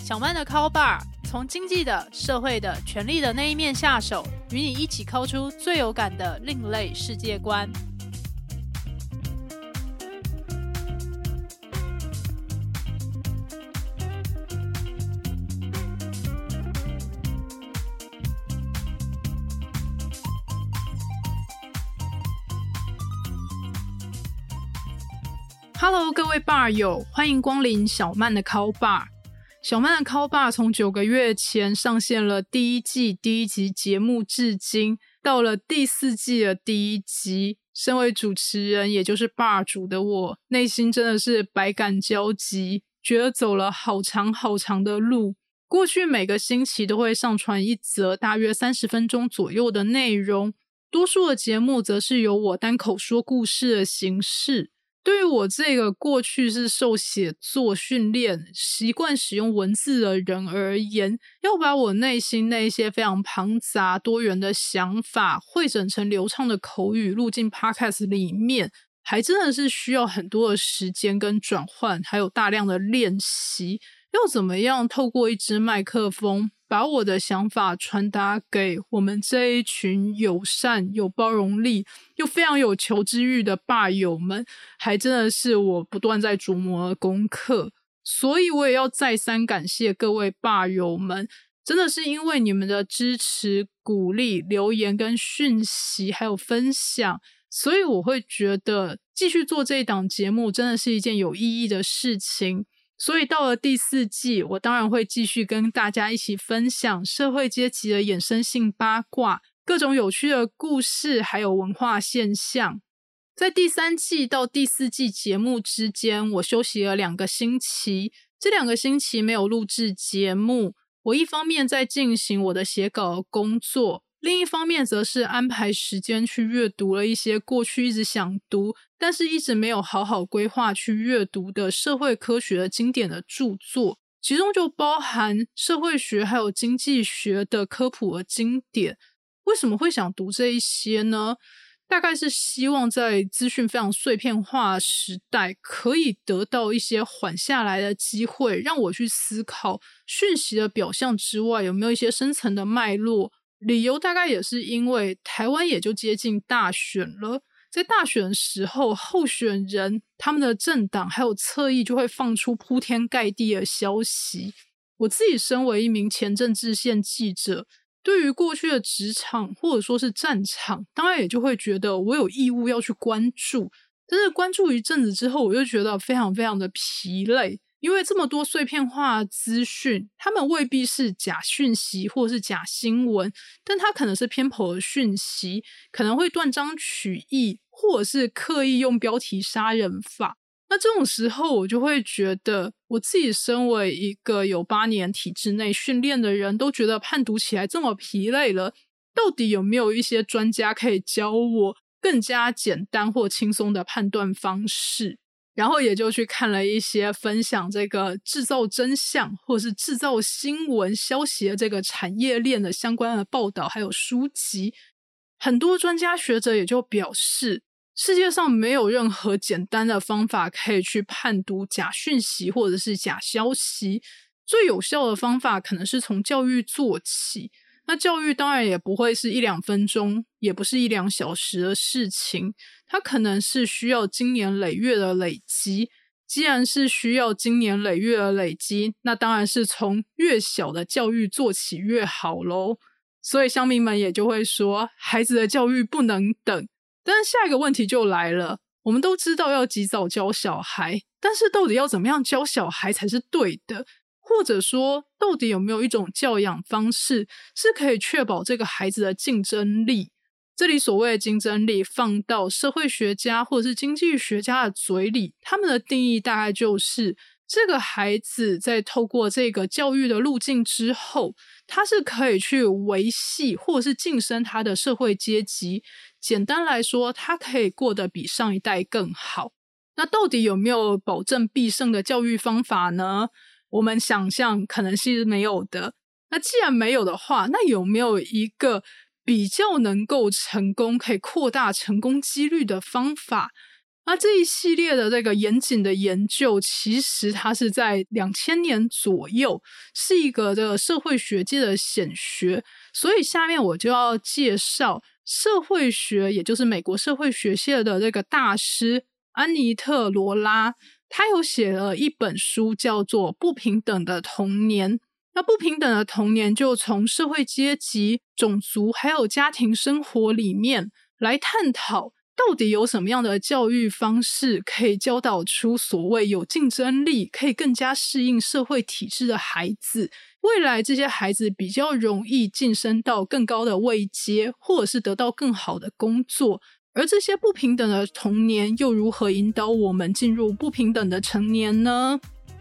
小曼的 Call Bar 从经济的、社会的、权力的那一面下手，与你一起call出最有感的另类世界观。Hello， 各位 bar 友，欢迎光临小曼的 Call Bar。小曼的 Call Bar 从9个月前上线了第一季第一集节目至今，到了第4季的第一集，身为主持人也就是 bar 主的我，内心真的是百感交集，觉得走了好长好长的路。过去每个星期都会上传一则大约30分钟左右的内容，多数的节目则是由我单口说故事的形式。对于我这个过去是受写作训练、习惯使用文字的人而言，要把我内心那些非常庞杂多元的想法汇整成流畅的口语录进 Podcast 里面，还真的是需要很多的时间跟转换，还有大量的练习。要怎么样透过一支麦克风把我的想法传达给我们这一群友善、有包容力又非常有求知欲的bar友们，还真的是我不断在琢磨的功课。所以我也要再三感谢各位bar友们，真的是因为你们的支持、鼓励、留言跟讯息还有分享，所以我会觉得继续做这一档节目真的是一件有意义的事情。所以到了第4季，我当然会继续跟大家一起分享社会阶级的衍生性八卦，各种有趣的故事还有文化现象。在第3季到第4季节目之间，我休息了2个星期，这2个星期没有录制节目，我一方面在进行我的写稿的工作，另一方面则是安排时间去阅读了一些过去一直想读但是一直没有好好规划去阅读的社会科学的经典的著作，其中就包含社会学还有经济学的科普的经典。为什么会想读这一些呢？大概是希望在资讯非常碎片化的时代，可以得到一些缓下来的机会，让我去思考讯息的表象之外有没有一些深层的脉络。理由大概也是因为台湾也就接近大选了，在大选的时候，候选人他们的政党还有侧翼就会放出铺天盖地的消息。我自己身为一名前政治线记者，对于过去的职场或者说是战场，当然也就会觉得我有义务要去关注，但是关注一阵子之后，我就觉得非常非常的疲累，因为这么多碎片化的资讯，他们未必是假讯息或是假新闻，但它可能是偏颇的讯息，可能会断章取义，或者是刻意用标题杀人法。那这种时候我就会觉得，我自己身为一个有8年体制内训练的人，都觉得判读起来这么疲累了，到底有没有一些专家可以教我更加简单或轻松的判断方式？然后也就去看了一些分享这个制造真相或是制造新闻消息的这个产业链的相关的报道还有书籍。很多专家学者也就表示，世界上没有任何简单的方法可以去判读假讯息或者是假消息，最有效的方法可能是从教育做起。那教育当然也不会是1-2分钟，也不是1-2小时的事情，它可能是需要经年累月的累积。既然是需要经年累月的累积，那当然是从越小的教育做起越好咯。所以乡民们也就会说，孩子的教育不能等。但是下一个问题就来了，我们都知道要及早教小孩，但是到底要怎么样教小孩才是对的？或者说到底有没有一种教养方式是可以确保这个孩子的竞争力？这里所谓的竞争力放到社会学家或者是经济学家的嘴里，他们的定义大概就是这个孩子在透过这个教育的路径之后，他是可以去维系或者是晋升他的社会阶级，简单来说，他可以过得比上一代更好。那到底有没有保证必胜的教育方法呢？我们想象可能是没有的。那既然没有的话，那有没有一个比较能够成功，可以扩大成功几率的方法？ 这一系列的这个严谨的研究，其实它是在2000年左右，是一个这个社会学界的显学。所以下面我就要介绍社会学，也就是美国社会学界的这个大师安妮特·罗拉，他有写了一本书叫做《不平等的童年》。那不平等的童年就从社会阶级、种族还有家庭生活里面来探讨到底有什么样的教育方式可以教导出所谓有竞争力、可以更加适应社会体制的孩子，未来这些孩子比较容易晋升到更高的位阶，或者是得到更好的工作。而这些不平等的童年又如何引导我们进入不平等的成年呢？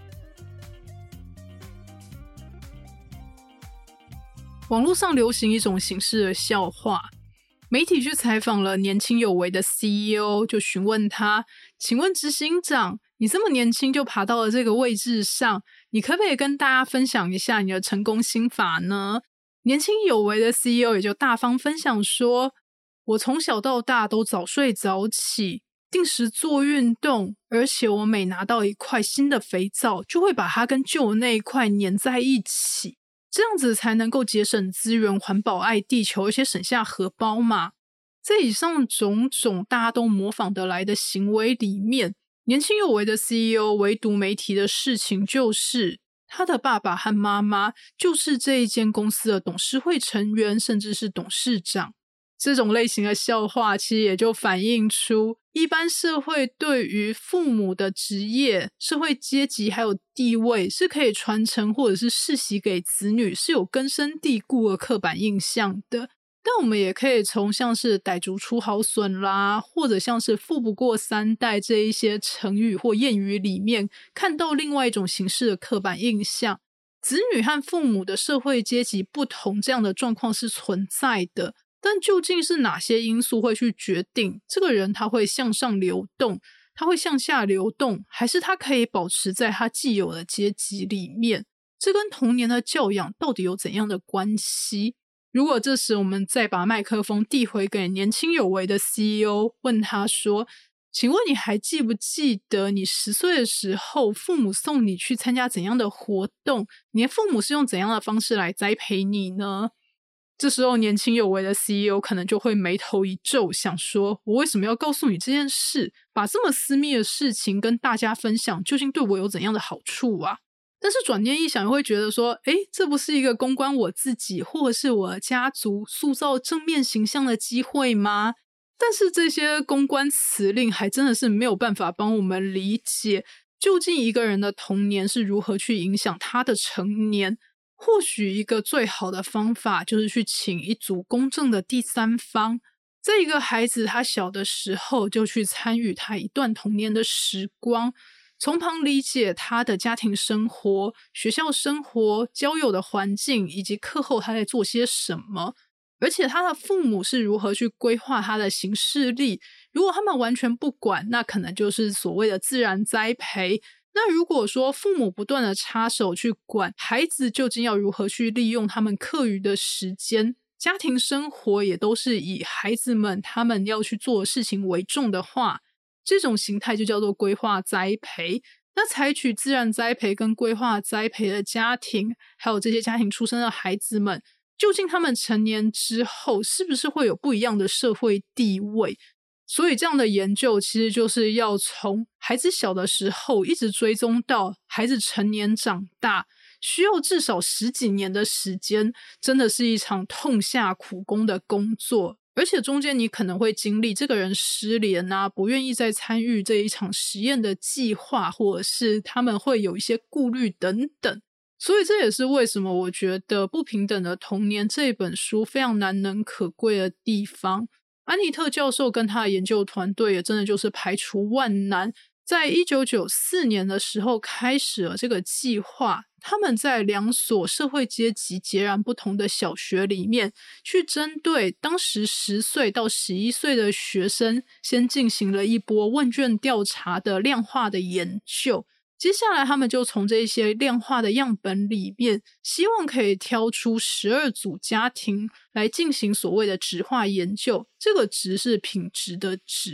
网络上流行一种形式的笑话，媒体去采访了年轻有为的 CEO， 就询问他，请问执行长，你这么年轻就爬到了这个位置上，你可不可以跟大家分享一下你的成功心法呢？年轻有为的 CEO 也就大方分享说，我从小到大都早睡早起，定时做运动，而且我每拿到一块新的肥皂，就会把它跟旧的那一块粘在一起，这样子才能够节省资源、环保爱地球，而且省下荷包嘛。在以上种种大家都模仿得来的行为里面，年轻有为的 CEO 唯独没提的事情就是他的爸爸和妈妈就是这一间公司的董事会成员，甚至是董事长。这种类型的笑话其实也就反映出一般社会对于父母的职业、社会阶级还有地位是可以传承或者是世袭给子女，是有根深蒂固的刻板印象的。但我们也可以从像是傣族出好笋啦，或者像是富不过三代这一些成语或谚语里面看到另外一种形式的刻板印象。子女和父母的社会阶级不同，这样的状况是存在的，但究竟是哪些因素会去决定这个人他会向上流动，他会向下流动，还是他可以保持在他既有的阶级里面？这跟童年的教养到底有怎样的关系？如果这时我们再把麦克风递回给年轻有为的 CEO， 问他说，请问你还记不记得你10岁的时候父母送你去参加怎样的活动？你的父母是用怎样的方式来栽培你呢？这时候年轻有为的 CEO 可能就会眉头一皱，想说我为什么要告诉你这件事？把这么私密的事情跟大家分享，究竟对我有怎样的好处啊？但是转念一想，又会觉得说，这不是一个公关我自己或者是我的家族塑造正面形象的机会吗？但是这些公关辞令还真的是没有办法帮我们理解，究竟一个人的童年是如何去影响他的成年。或许一个最好的方法就是去请一组公正的第三方，在一个孩子他小的时候就去参与他一段童年的时光，从旁理解他的家庭生活、学校生活、交友的环境，以及课后他在做些什么，而且他的父母是如何去规划他的行事历。如果他们完全不管，那可能就是所谓的自然栽培。那如果说父母不断的插手去管孩子究竟要如何去利用他们课余的时间，家庭生活也都是以孩子们他们要去做的事情为重的话，这种形态就叫做规划栽培。那采取自然栽培跟规划栽培的家庭，还有这些家庭出生的孩子们，究竟他们成年之后是不是会有不一样的社会地位？所以这样的研究其实就是要从孩子小的时候一直追踪到孩子成年长大，需要至少10几年的时间，真的是一场痛下苦功的工作。而且中间你可能会经历这个人失联啊，不愿意再参与这一场实验的计划，或者是他们会有一些顾虑等等。所以这也是为什么我觉得《不平等的童年》这本书非常难能可贵的地方。安妮特教授跟他的研究团队也真的就是排除万难，在1994年的时候开始了这个计划。他们在2所社会阶级截然不同的小学里面，去针对当时10岁到11岁的学生，先进行了一波问卷调查的量化的研究。接下来他们就从这些量化的样本里面，希望可以挑出12组家庭来进行所谓的质化研究，这个质是品质的质。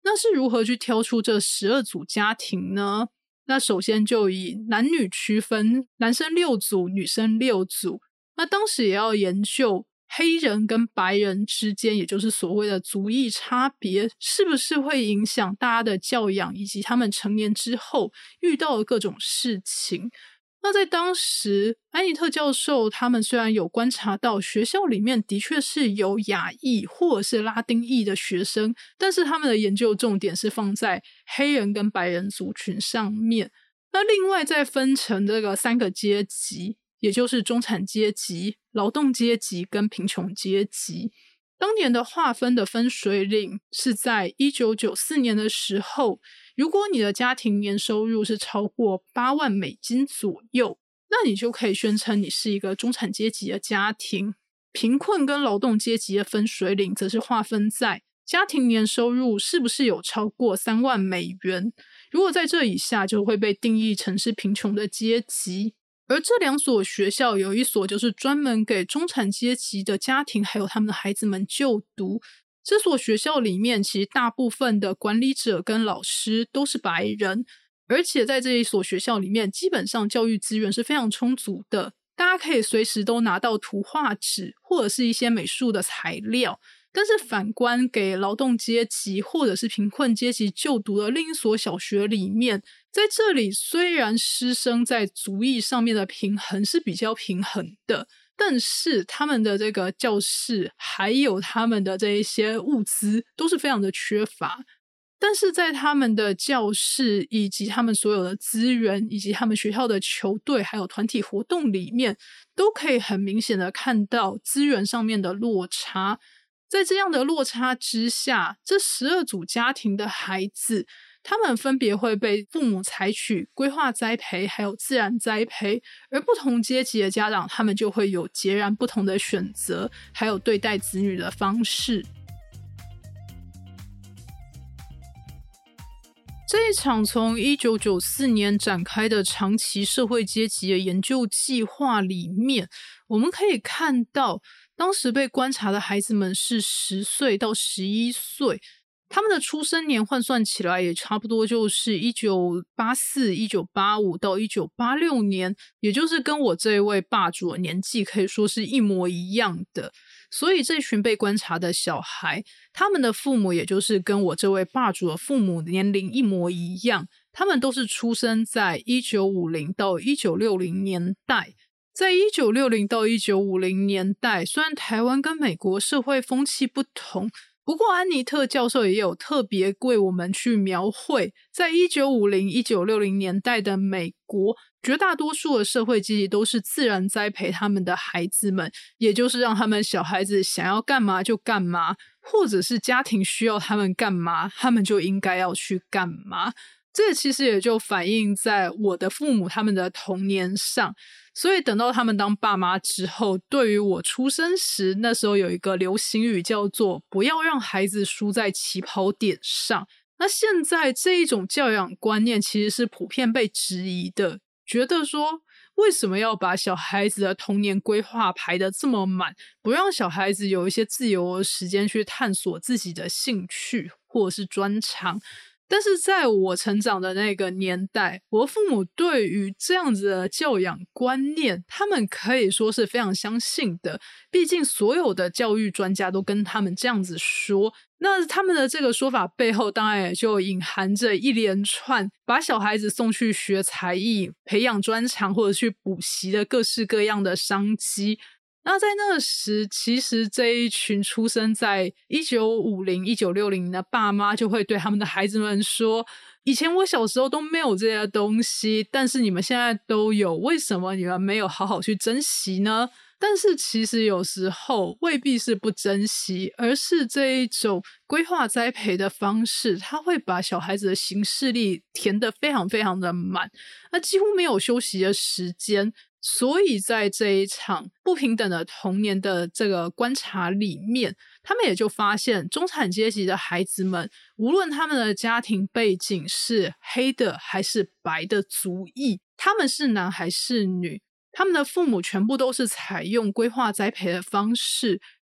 那是如何去挑出这12组家庭呢？那首先就以男女区分，男生6组，女生6组。那当时也要研究黑人跟白人之间，也就是所谓的族裔差别，是不是会影响大家的教养，以及他们成年之后遇到的各种事情。那在当时，安妮特教授他们虽然有观察到学校里面的确是有亚裔或者是拉丁裔的学生，但是他们的研究重点是放在黑人跟白人族群上面。那另外再分成这个3个阶级，也就是中产阶级、劳动阶级跟贫穷阶级。当年的划分的分水岭是在1994年的时候，如果你的家庭年收入是超过8万美金左右，那你就可以宣称你是一个中产阶级的家庭。贫困跟劳动阶级的分水岭则是划分在家庭年收入是不是有超过3万美元，如果在这以下就会被定义成是贫穷的阶级。而这2所学校有一所就是专门给中产阶级的家庭还有他们的孩子们就读，这所学校里面其实大部分的管理者跟老师都是白人，而且在这一所学校里面基本上教育资源是非常充足的，大家可以随时都拿到图画纸或者是一些美术的材料。但是反观给劳动阶级或者是贫困阶级就读的另一所小学里面，在这里虽然师生在族裔上面的平衡是比较平衡的，但是他们的这个教室还有他们的这一些物资都是非常的缺乏。但是在他们的教室以及他们所有的资源以及他们学校的球队还有团体活动里面，都可以很明显的看到资源上面的落差。在这样的落差之下，这12组家庭的孩子，他们分别会被父母采取规划栽培还有自然栽培，而不同阶级的家长他们就会有截然不同的选择还有对待子女的方式。这一场从1994年展开的长期社会阶级的研究计划里面，我们可以看到当时被观察的孩子们是10岁到11岁，他们的出生年换算起来也差不多就是1984、1985到1986年，也就是跟我这一位霸主的年纪可以说是一模一样的。所以这群被观察的小孩，他们的父母也就是跟我这位霸主的父母年龄一模一样，他们都是出生在1950到1960年代。在1960到1950年代，虽然台湾跟美国社会风气不同，不过安妮特教授也有特别为我们去描绘，在1950、1960年代的美国，绝大多数的社会阶级都是自然栽培他们的孩子们，也就是让他们小孩子想要干嘛就干嘛，或者是家庭需要他们干嘛，他们就应该要去干嘛。这其实也就反映在我的父母他们的童年上。所以等到他们当爸妈之后，对于我出生时，那时候有一个流行语叫做不要让孩子输在起跑点上。那现在这一种教养观念其实是普遍被质疑的，觉得说为什么要把小孩子的童年规划排得这么满，不让小孩子有一些自由的时间去探索自己的兴趣或者是专长。但是在我成长的那个年代，我父母对于这样子的教养观念，他们可以说是非常相信的，毕竟所有的教育专家都跟他们这样子说。那他们的这个说法背后当然也就隐含着一连串把小孩子送去学才艺、培养专长或者去补习的各式各样的商机。那在那时，其实这一群出生在1950、1960的爸妈就会对他们的孩子们说，以前我小时候都没有这些东西，但是你们现在都有，为什么你们没有好好去珍惜呢？但是其实有时候未必是不珍惜，而是这一种规划栽培的方式，它会把小孩子的行事力填得非常非常的满，那几乎没有休息的时间。所以在这一场不平等的童年的这个观察里面，他们也就发现中产阶级的孩子们，无论他们的家庭背景是黑的还是白的族裔，他们是男还是女，他们的父母全部都是采用规划栽培的方式。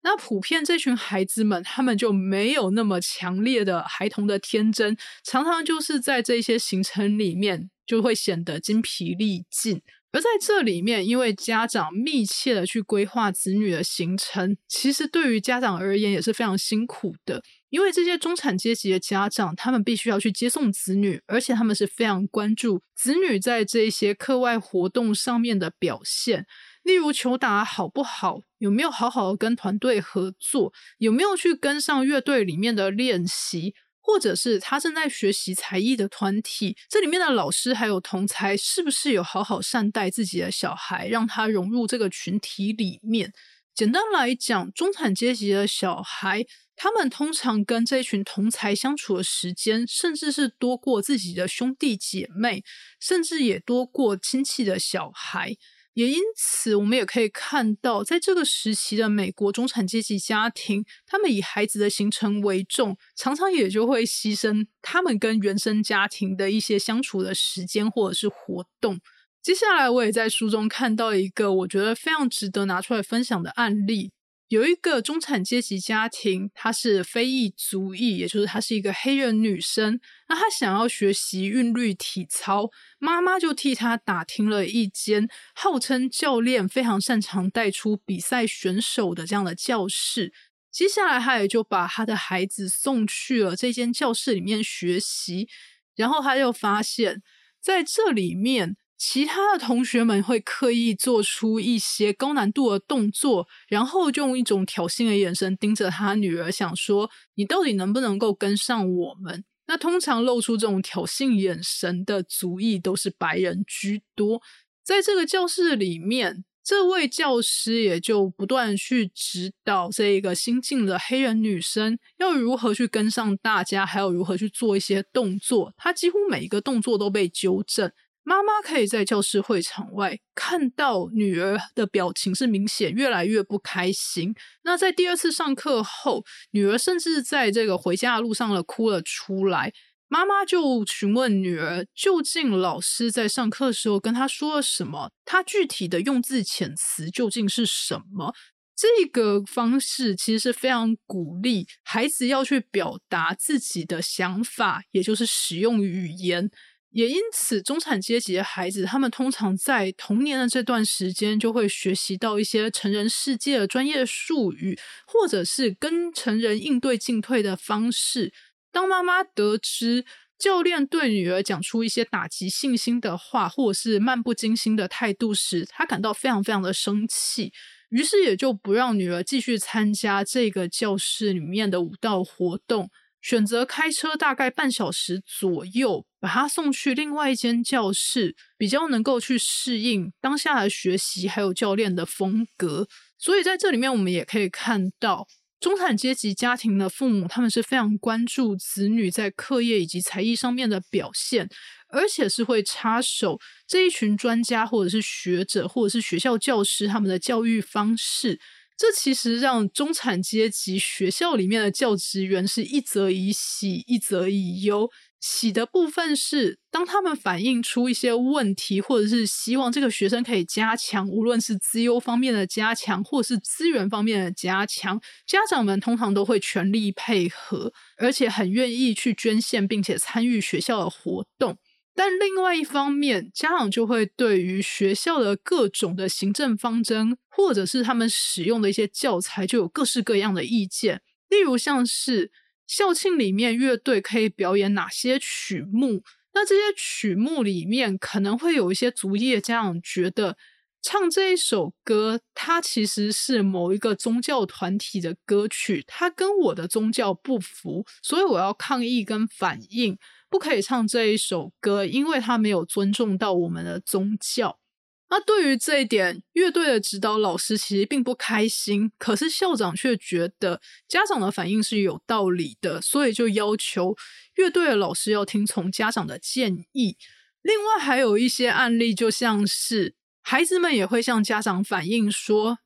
那普遍这群孩子们他们就没有那么强烈的孩童的天真，常常就是在这些行程里面就会显得精疲力尽。而在这里面，因为家长密切的去规划子女的行程，其实对于家长而言也是非常辛苦的。因为这些中产阶级的家长，他们必须要去接送子女，而且他们是非常关注子女在这些课外活动上面的表现，例如球打好不好，有没有好好的跟团队合作，有没有去跟上乐队里面的练习，或者是他正在学习才艺的团体，这里面的老师还有同侪是不是有好好善待自己的小孩，让他融入这个群体里面。简单来讲，中产阶级的小孩他们通常跟这群同侪相处的时间，甚至是多过自己的兄弟姐妹，甚至也多过亲戚的小孩。也因此我们也可以看到，在这个时期的美国中产阶级家庭，他们以孩子的行程为重，常常也就会牺牲他们跟原生家庭的一些相处的时间或者是活动。接下来我也在书中看到一个我觉得非常值得拿出来分享的案例。有一个中产阶级家庭，她是非裔族裔，也就是她是一个黑人女生，那她想要学习韵律体操，妈妈就替她打听了一间号称教练非常擅长带出比赛选手的这样的教室。接下来她也就把她的孩子送去了这间教室里面学习，然后她就发现在这里面其他的同学们会刻意做出一些高难度的动作，然后就用一种挑衅的眼神盯着他女儿，想说你到底能不能够跟上我们。那通常露出这种挑衅眼神的族裔都是白人居多。在这个教室里面，这位教师也就不断去指导这一个新进的黑人女生要如何去跟上大家，还有如何去做一些动作。她几乎每一个动作都被纠正。妈妈可以在教室会场外看到女儿的表情是明显越来越不开心。那在第二次上课后，女儿甚至在这个回家的路上了哭了出来。妈妈就询问女儿，究竟老师在上课的时候跟她说了什么，她具体的用字遣词究竟是什么。这个方式其实是非常鼓励孩子要去表达自己的想法，也就是使用语言。也因此中产阶级的孩子，他们通常在童年的这段时间就会学习到一些成人世界的专业术语，或者是跟成人应对进退的方式。当妈妈得知教练对女儿讲出一些打击信心的话，或者是漫不经心的态度时，她感到非常非常的生气，于是也就不让女儿继续参加这个教室里面的舞蹈活动，选择开车大概半小时左右把他送去另外一间教室，比较能够去适应当下的学习还有教练的风格。所以在这里面我们也可以看到中产阶级家庭的父母，他们是非常关注子女在课业以及才艺上面的表现，而且是会插手这一群专家或者是学者或者是学校教师他们的教育方式。这其实让中产阶级学校里面的教职员是一则以喜一则以忧。喜的部分是当他们反映出一些问题，或者是希望这个学生可以加强，无论是资优方面的加强或是资源方面的加强，家长们通常都会全力配合，而且很愿意去捐献并且参与学校的活动。但另外一方面，家长就会对于学校的各种的行政方针，或者是他们使用的一些教材就有各式各样的意见。例如像是校庆里面乐队可以表演哪些曲目，那这些曲目里面可能会有一些族裔的家长觉得唱这一首歌它其实是某一个宗教团体的歌曲，它跟我的宗教不符，所以我要抗议跟反映，不可以唱这一首歌，因为它没有尊重到我们的宗教。那对于这一点，乐队的指导老师其实并不开心，可是校长却觉得家长的反应是有道理的，所以就要求乐队的老师要听从家长的建议。另外还有一些案例，就像是孩子们也会向家长反映说，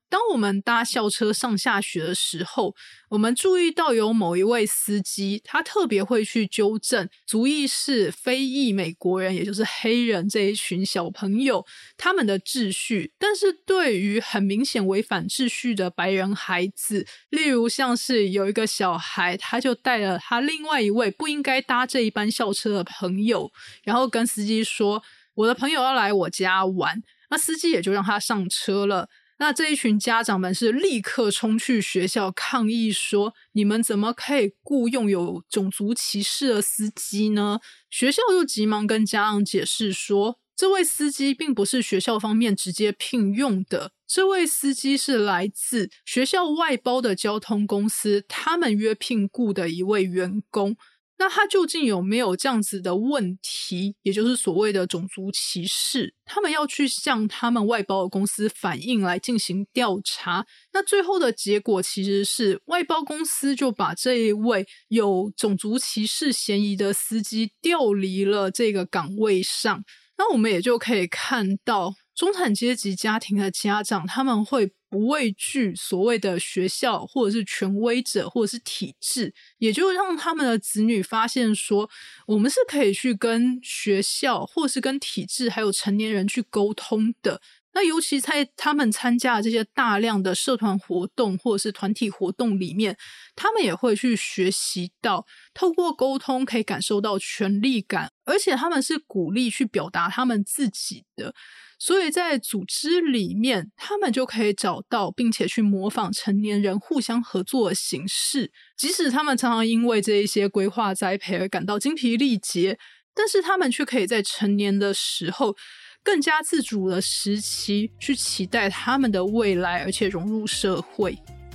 当我们搭校车上下学的时候，我们注意到有某一位司机，他特别会去纠正族裔是非裔美国人，也就是黑人这一群小朋友他们的秩序，但是对于很明显违反秩序的白人孩子，例如像是有一个小孩，他就带了他另外一位不应该搭这一班校车的朋友，然后跟司机说我的朋友要来我家玩，那司机也就让他上车了。那这一群家长们是立刻冲去学校抗议说，你们怎么可以雇用有种族歧视的司机呢？学校就急忙跟家长解释说，这位司机并不是学校方面直接聘用的，这位司机是来自学校外包的交通公司，他们约聘雇的一位员工。那他究竟有没有这样子的问题，也就是所谓的种族歧视，他们要去向他们外包的公司反映来进行调查。那最后的结果其实是外包公司就把这一位有种族歧视嫌疑的司机调离了这个岗位上。那我们也就可以看到中产阶级家庭的家长，他们会不畏惧所谓的学校或者是权威者或者是体制，也就让他们的子女发现说，我们是可以去跟学校或者是跟体制还有成年人去沟通的。那尤其在他们参加的这些大量的社团活动或者是团体活动里面，他们也会去学习到透过沟通可以感受到权力感，而且他们是鼓励去表达他们自己的。所以在组织里面，他们就可以找到并且去模仿成年人互相合作的形式，即使他们常常因为这一些规划栽培而感到精疲力竭，但是他们却可以在成年的时候更加自主的时期去期待他们的未来，而且融入社会。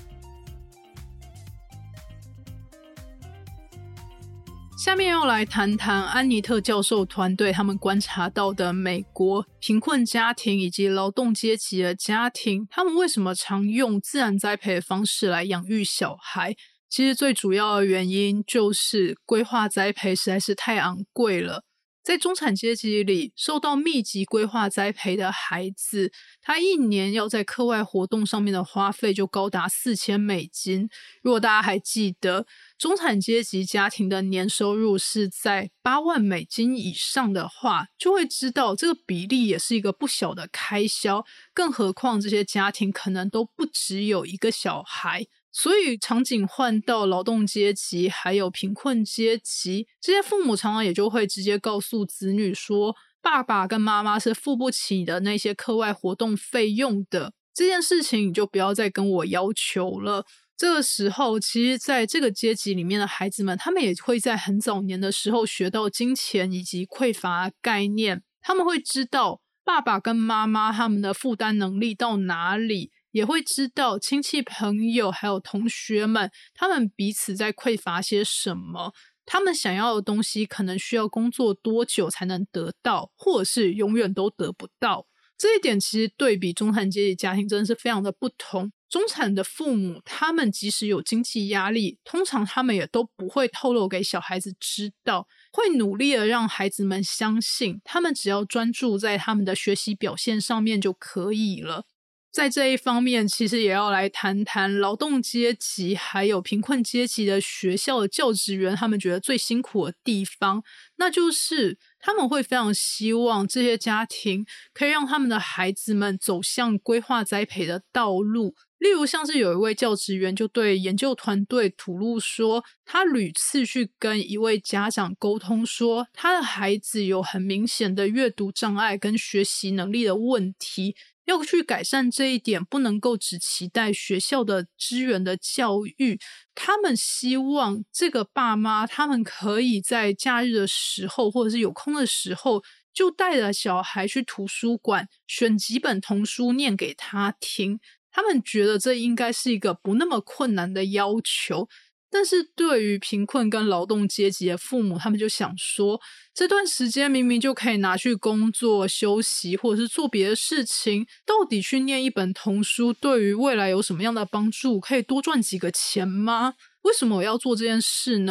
下面要来谈谈安妮特教授团队他们观察到的美国贫困家庭以及劳动阶级的家庭，他们为什么常用自然栽培的方式来养育小孩。其实最主要的原因就是规划栽培实在是太昂贵了。在中产阶级里，受到密集规划栽培的孩子，他一年要在课外活动上面的花费就高达$4000。如果大家还记得，中产阶级家庭的年收入是在$80,000以上的话，就会知道这个比例也是一个不小的开销，更何况这些家庭可能都不只有一个小孩。所以场景换到劳动阶级还有贫困阶级，这些父母常常也就会直接告诉子女说，爸爸跟妈妈是付不起的那些课外活动费用的，这件事情你就不要再跟我要求了。这个时候其实在这个阶级里面的孩子们，他们也会在很早年的时候学到金钱以及匮乏的概念，他们会知道爸爸跟妈妈他们的负担能力到哪里，也会知道亲戚朋友还有同学们他们彼此在匮乏些什么，他们想要的东西可能需要工作多久才能得到，或者是永远都得不到。这一点其实对比中产阶级家庭真的是非常的不同。中产的父母他们即使有经济压力，通常他们也都不会透露给小孩子知道，会努力的让孩子们相信他们只要专注在他们的学习表现上面就可以了。在这一方面其实也要来谈谈劳动阶级还有贫困阶级的学校的教职员他们觉得最辛苦的地方，那就是他们会非常希望这些家庭可以让他们的孩子们走向规划栽培的道路。例如像是有一位教职员就对研究团队吐露说，他屡次去跟一位家长沟通说，他的孩子有很明显的阅读障碍跟学习能力的问题，要去改善这一点，不能够只期待学校的资源的教育。他们希望这个爸妈他们可以在假日的时候或者是有空的时候，就带着小孩去图书馆选几本童书念给他听。他们觉得这应该是一个不那么困难的要求，但是对于贫困跟劳动阶级的父母，他们就想说，这段时间明明就可以拿去工作休息或者是做别的事情，到底去念一本童书对于未来有什么样的帮助，可以多赚几个钱吗？为什么我要做这件事呢？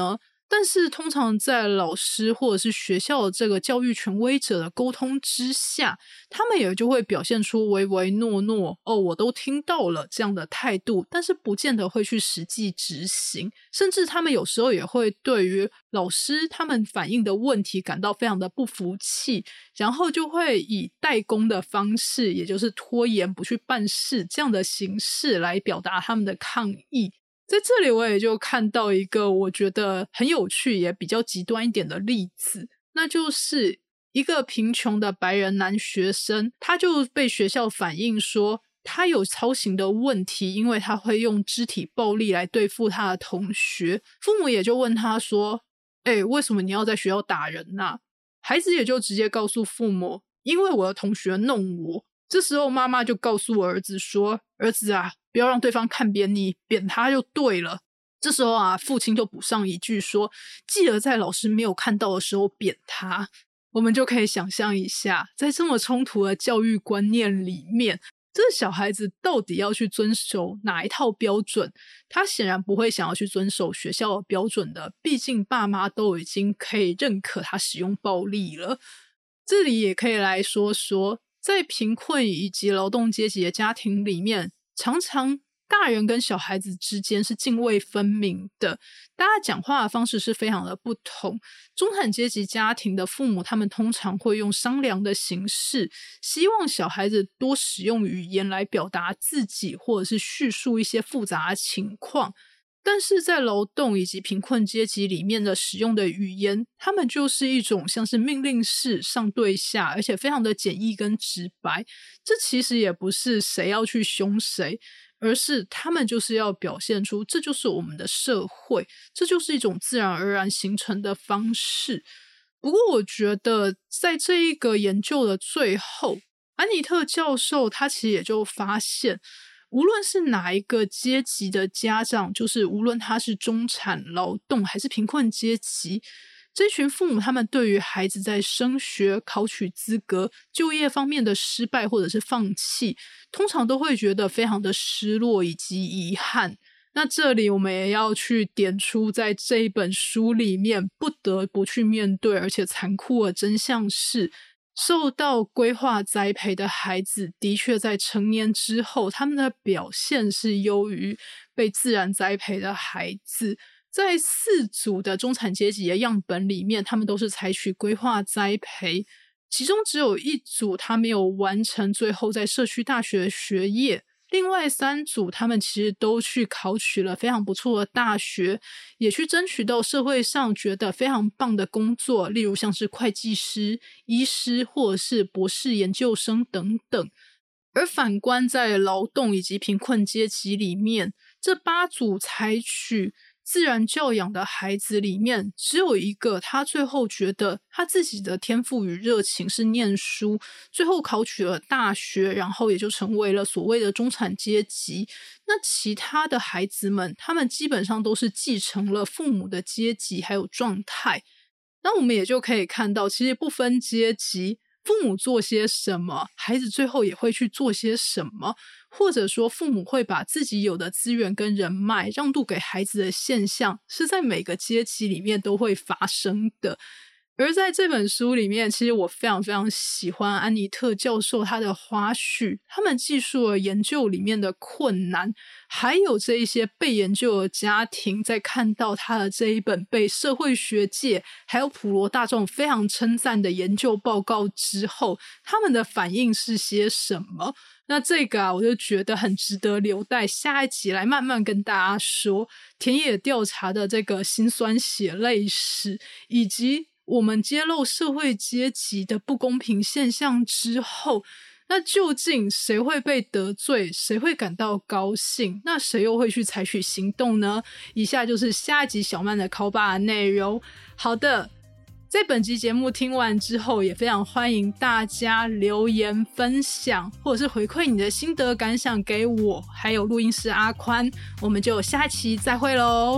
但是通常在老师或者是学校的这个教育权威者的沟通之下，他们也就会表现出唯唯诺诺，我都听到了这样的态度，但是不见得会去实际执行，甚至他们有时候也会对于老师他们反映的问题感到非常的不服气，然后就会以代工的方式，也就是拖延不去办事这样的形式来表达他们的抗议。在这里我也就看到一个我觉得很有趣也比较极端一点的例子，那就是一个贫穷的白人男学生，他就被学校反映说他有操行的问题，因为他会用肢体暴力来对付他的同学。父母也就问他说为什么你要在学校打人啊？孩子也就直接告诉父母，因为我的同学弄我。这时候妈妈就告诉儿子说，儿子啊，不要让对方看扁你，扁他就对了。这时候啊，父亲就补上一句说，记得在老师没有看到的时候扁他。我们就可以想象一下，在这么冲突的教育观念里面，这个小孩子到底要去遵守哪一套标准？他显然不会想要去遵守学校的标准的，毕竟爸妈都已经可以认可他使用暴力了。这里也可以来说说，在贫困以及劳动阶级的家庭里面，常常大人跟小孩子之间是泾渭分明的，大家讲话的方式是非常的不同。中产阶级家庭的父母，他们通常会用商量的形式，希望小孩子多使用语言来表达自己，或者是叙述一些复杂的情况。但是在劳动以及贫困阶级里面的使用的语言，他们就是一种像是命令式上对下，而且非常的简易跟直白。这其实也不是谁要去凶谁，而是他们就是要表现出这就是我们的社会，这就是一种自然而然形成的方式。不过我觉得在这一个研究的最后，安妮特教授他其实也就发现，无论是哪一个阶级的家长，就是无论他是中产、劳动还是贫困阶级，这群父母他们对于孩子在升学、考取资格、就业方面的失败或者是放弃，通常都会觉得非常的失落以及遗憾。那这里我们也要去点出，在这一本书里面不得不去面对而且残酷的真相是，受到规划栽培的孩子的确在成年之后，他们的表现是优于被自然栽培的孩子。在4组的中产阶级的样本里面，他们都是采取规划栽培，其中只有1组他没有完成最后在社区大学的学业，另外3组他们其实都去考取了非常不错的大学，也去争取到社会上觉得非常棒的工作，例如像是会计师、医师或者是博士研究生等等。而反观在劳动以及贫困阶级里面，这8组采取自然教养的孩子里面，只有1个他最后觉得他自己的天赋与热情是念书，最后考取了大学，然后也就成为了所谓的中产阶级。那其他的孩子们，他们基本上都是继承了父母的阶级还有状态。那我们也就可以看到，其实不分阶级，父母做些什么，孩子最后也会去做些什么，或者说父母会把自己有的资源跟人脉让渡给孩子的现象，是在每个阶级里面都会发生的。而在这本书里面，其实我非常非常喜欢安妮特教授他的花絮，他们记述了研究里面的困难，还有这一些被研究的家庭在看到他的这一本被社会学界还有普罗大众非常称赞的研究报告之后，他们的反应是些什么。那这个我就觉得很值得留待下一集来慢慢跟大家说田野调查的这个辛酸血泪史，以及我们揭露社会阶级的不公平现象之后，那究竟谁会被得罪，谁会感到高兴，那谁又会去采取行动呢？以下就是下一集小曼的考吧的内容。好的，在本集节目听完之后，也非常欢迎大家留言分享，或者是回馈你的心得感想给我，还有录音师阿宽。我们就下期再会咯。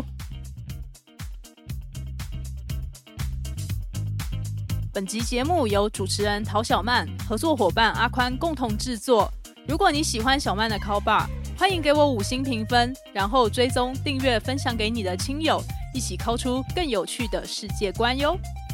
本集节目由主持人陶小曼、合作伙伴阿宽共同制作。如果你喜欢小曼的考吧，欢迎给我5星评分，然后追踪、订阅、分享给你的亲友， 一起抠出更有趣的世界观哟。